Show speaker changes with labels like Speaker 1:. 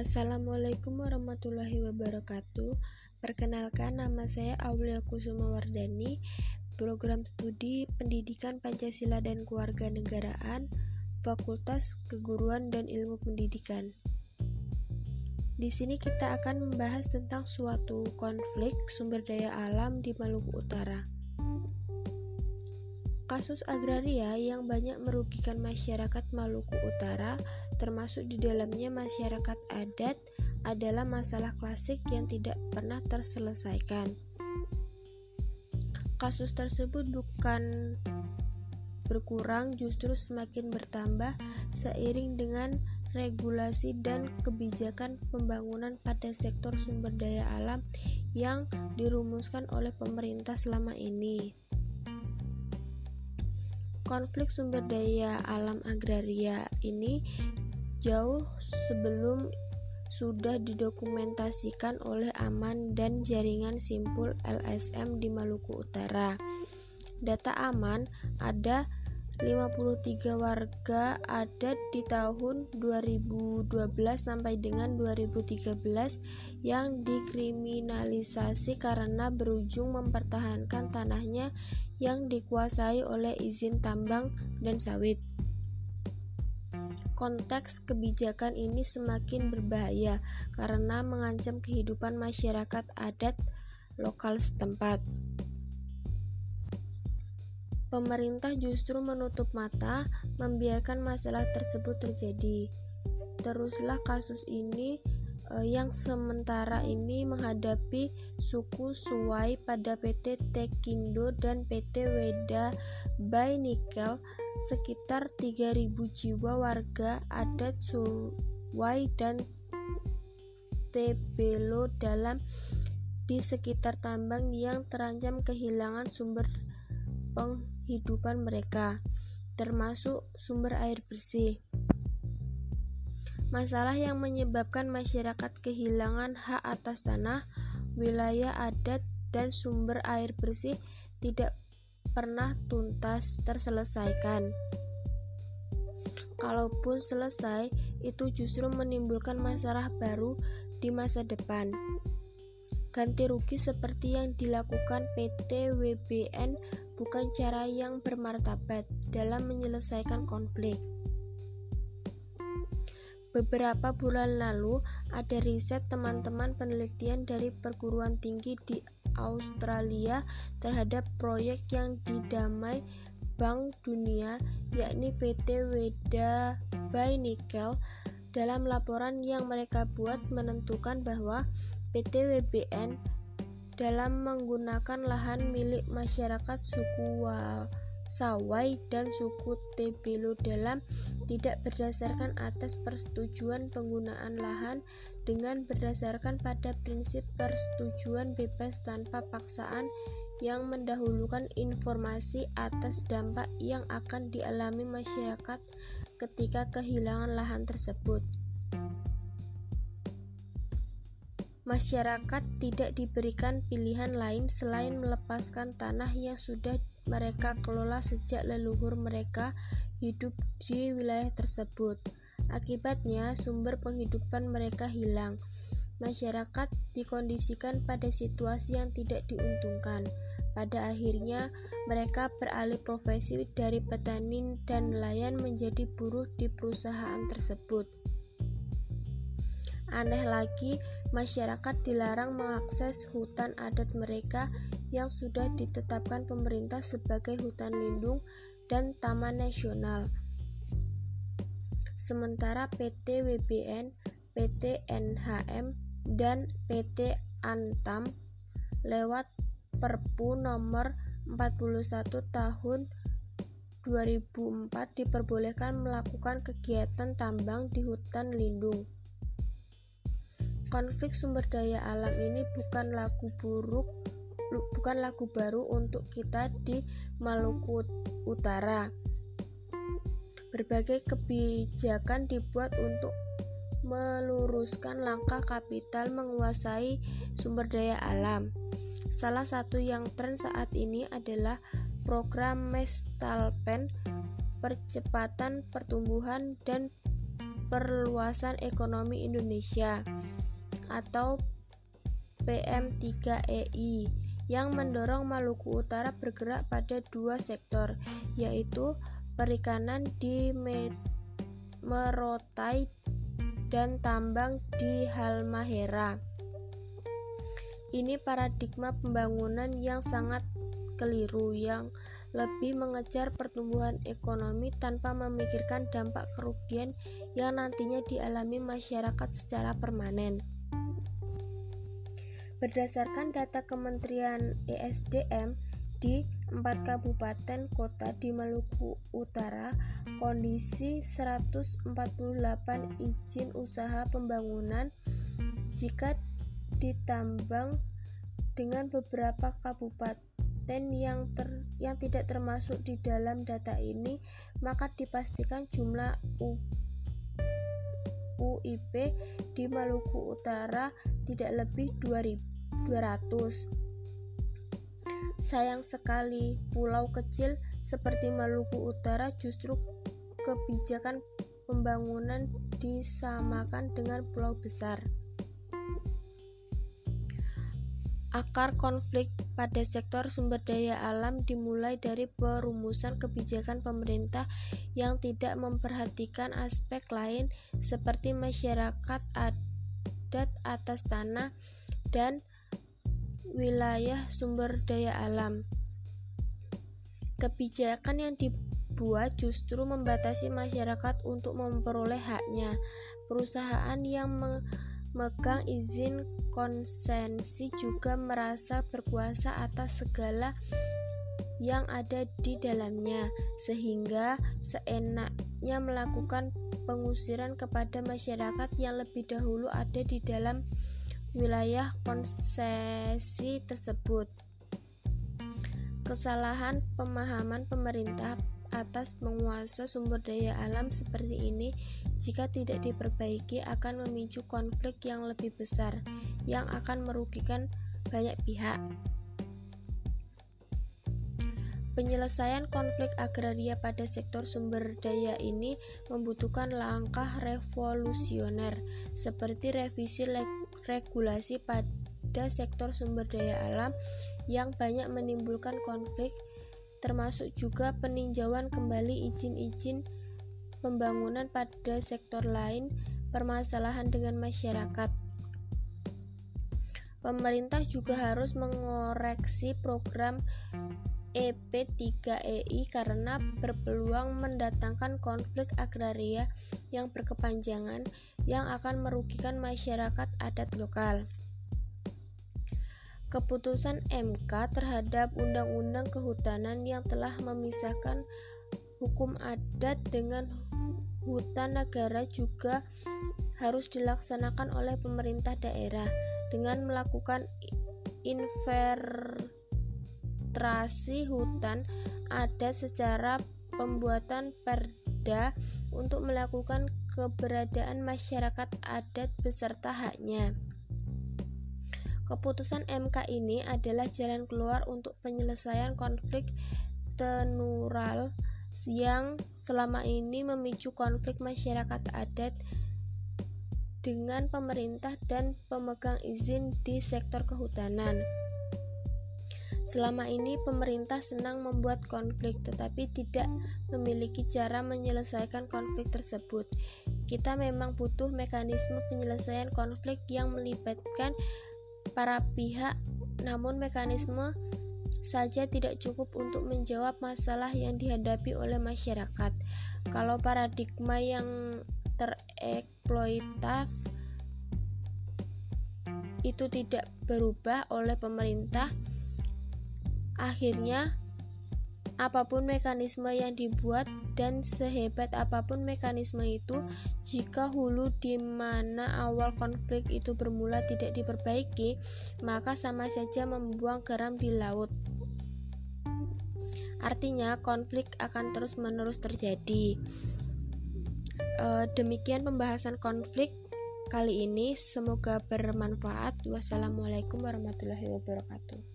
Speaker 1: Assalamualaikum warahmatullahi wabarakatuh. Perkenalkan, nama saya Aulia Kusuma Wardani, Program Studi Pendidikan Pancasila dan Kewarganegaraan, Fakultas Keguruan dan Ilmu Pendidikan. Di sini kita akan membahas tentang suatu konflik sumber daya alam di Maluku Utara. Kasus agraria yang banyak merugikan masyarakat Maluku Utara, termasuk di dalamnya masyarakat adat, adalah masalah klasik yang tidak pernah terselesaikan. Kasus tersebut bukan berkurang, justru semakin bertambah seiring dengan regulasi dan kebijakan pembangunan pada sektor sumber daya alam yang dirumuskan oleh pemerintah selama ini. Konflik sumber daya alam agraria ini jauh sebelum sudah didokumentasikan oleh Aman dan jaringan simpul LSM di Maluku Utara. Data Aman, ada 53 warga adat di tahun 2012 sampai dengan 2013 yang dikriminalisasi karena berujung mempertahankan tanahnya yang dikuasai oleh izin tambang dan sawit. Konteks kebijakan ini semakin berbahaya karena mengancam kehidupan masyarakat adat lokal setempat. Pemerintah justru menutup mata, membiarkan masalah tersebut terjadi. Teruslah kasus ini yang sementara ini menghadapi suku Suwai pada PT Tekindo dan PT Weda by Nikel. Sekitar 3.000 jiwa warga adat Suwai dan Tebelo di sekitar tambang yang terancam kehilangan sumber penghidupan mereka, termasuk sumber air bersih. Masalah yang menyebabkan masyarakat kehilangan hak atas tanah, wilayah adat, dan sumber air bersih tidak pernah tuntas terselesaikan. Kalaupun selesai, itu justru menimbulkan masalah baru di masa depan. Ganti rugi seperti yang dilakukan PT WBN bukan cara yang bermartabat dalam menyelesaikan konflik. Beberapa bulan lalu, ada riset teman-teman penelitian dari perguruan tinggi di Australia terhadap proyek yang didamai Bank Dunia, yakni PT Weda by Nikel. Dalam laporan yang mereka buat menentukan bahwa PT WBN dalam menggunakan lahan milik masyarakat suku Sawai dan suku Tebelo tidak berdasarkan atas persetujuan penggunaan lahan dengan berdasarkan pada prinsip persetujuan bebas tanpa paksaan yang mendahulukan informasi atas dampak yang akan dialami masyarakat ketika kehilangan lahan tersebut. Masyarakat tidak diberikan pilihan lain selain melepaskan tanah yang sudah mereka kelola sejak leluhur mereka hidup di wilayah tersebut. Akibatnya, sumber penghidupan mereka hilang. Masyarakat dikondisikan pada situasi yang tidak diuntungkan. Pada akhirnya, mereka beralih profesi dari petani dan nelayan menjadi buruh di perusahaan tersebut. Aneh lagi, masyarakat dilarang mengakses hutan adat mereka yang sudah ditetapkan pemerintah sebagai hutan lindung dan taman nasional. Sementara PT WBN, PT NHM, dan PT Antam lewat Perpu nomor 41 tahun 2004 diperbolehkan melakukan kegiatan tambang di hutan lindung. Konflik sumber daya alam ini bukan lagu baru untuk kita di Maluku Utara. Berbagai kebijakan dibuat untuk meluruskan langkah kapital menguasai sumber daya alam. Salah satu yang tren saat ini adalah program Mestalpen, percepatan pertumbuhan dan Perluasan Ekonomi Indonesia atau PM3EI yang mendorong Maluku Utara bergerak pada dua sektor, yaitu perikanan di Merotai dan tambang di Halmahera. Ini paradigma pembangunan yang sangat keliru, yang lebih mengejar pertumbuhan ekonomi tanpa memikirkan dampak kerugian yang nantinya dialami masyarakat secara permanen. Berdasarkan data Kementerian ESDM, di 4 kabupaten kota di Maluku Utara, kondisi 148 izin usaha pembangunan jika ditambang dengan beberapa kabupaten yang tidak termasuk di dalam data ini, maka dipastikan jumlah UIP di Maluku Utara tidak lebih 200. Sayang sekali, pulau kecil seperti Maluku Utara justru kebijakan pembangunan disamakan dengan pulau besar. Akar konflik pada sektor sumber daya alam dimulai dari perumusan kebijakan pemerintah yang tidak memperhatikan aspek lain seperti masyarakat adat atas tanah dan wilayah sumber daya alam. Kebijakan yang dibuat justru membatasi masyarakat untuk memperoleh haknya. Perusahaan yang memegang izin konsesi juga merasa berkuasa atas segala yang ada di dalamnya, sehingga seenaknya melakukan pengusiran kepada masyarakat yang lebih dahulu ada di dalam wilayah konsesi tersebut. Kesalahan pemahaman pemerintah atas penguasa sumber daya alam seperti ini jika tidak diperbaiki akan memicu konflik yang lebih besar yang akan merugikan banyak pihak. Penyelesaian konflik agraria pada sektor sumber daya ini membutuhkan langkah revolusioner seperti revisi regulasi pada sektor sumber daya alam yang banyak menimbulkan konflik, termasuk juga peninjauan kembali izin-izin pembangunan pada sektor lain permasalahan dengan masyarakat. Pemerintah juga harus mengoreksi program EP3EI karena berpeluang mendatangkan konflik agraria yang berkepanjangan yang akan merugikan masyarakat adat lokal. Keputusan MK terhadap Undang-Undang Kehutanan yang telah memisahkan hukum adat dengan hutan negara juga harus dilaksanakan oleh pemerintah daerah dengan melakukan infiltrasi hutan adat secara pembuatan perda untuk melakukan keberadaan masyarakat adat beserta haknya. Keputusan MK ini adalah jalan keluar untuk penyelesaian konflik tenural yang selama ini memicu konflik masyarakat adat dengan pemerintah dan pemegang izin di sektor kehutanan. Selama ini pemerintah senang membuat konflik tetapi tidak memiliki cara menyelesaikan konflik tersebut. Kita memang butuh mekanisme penyelesaian konflik yang melibatkan para pihak, namun mekanisme saja tidak cukup untuk menjawab masalah yang dihadapi oleh masyarakat. Kalau paradigma yang tereksploitatif itu tidak berubah oleh pemerintah, akhirnya apapun mekanisme yang dibuat dan sehebat apapun mekanisme itu, jika hulu di mana awal konflik itu bermula tidak diperbaiki, maka sama saja membuang garam di laut. Artinya konflik akan terus-menerus terjadi. Demikian pembahasan konflik kali ini, semoga bermanfaat. Wassalamualaikum warahmatullahi wabarakatuh.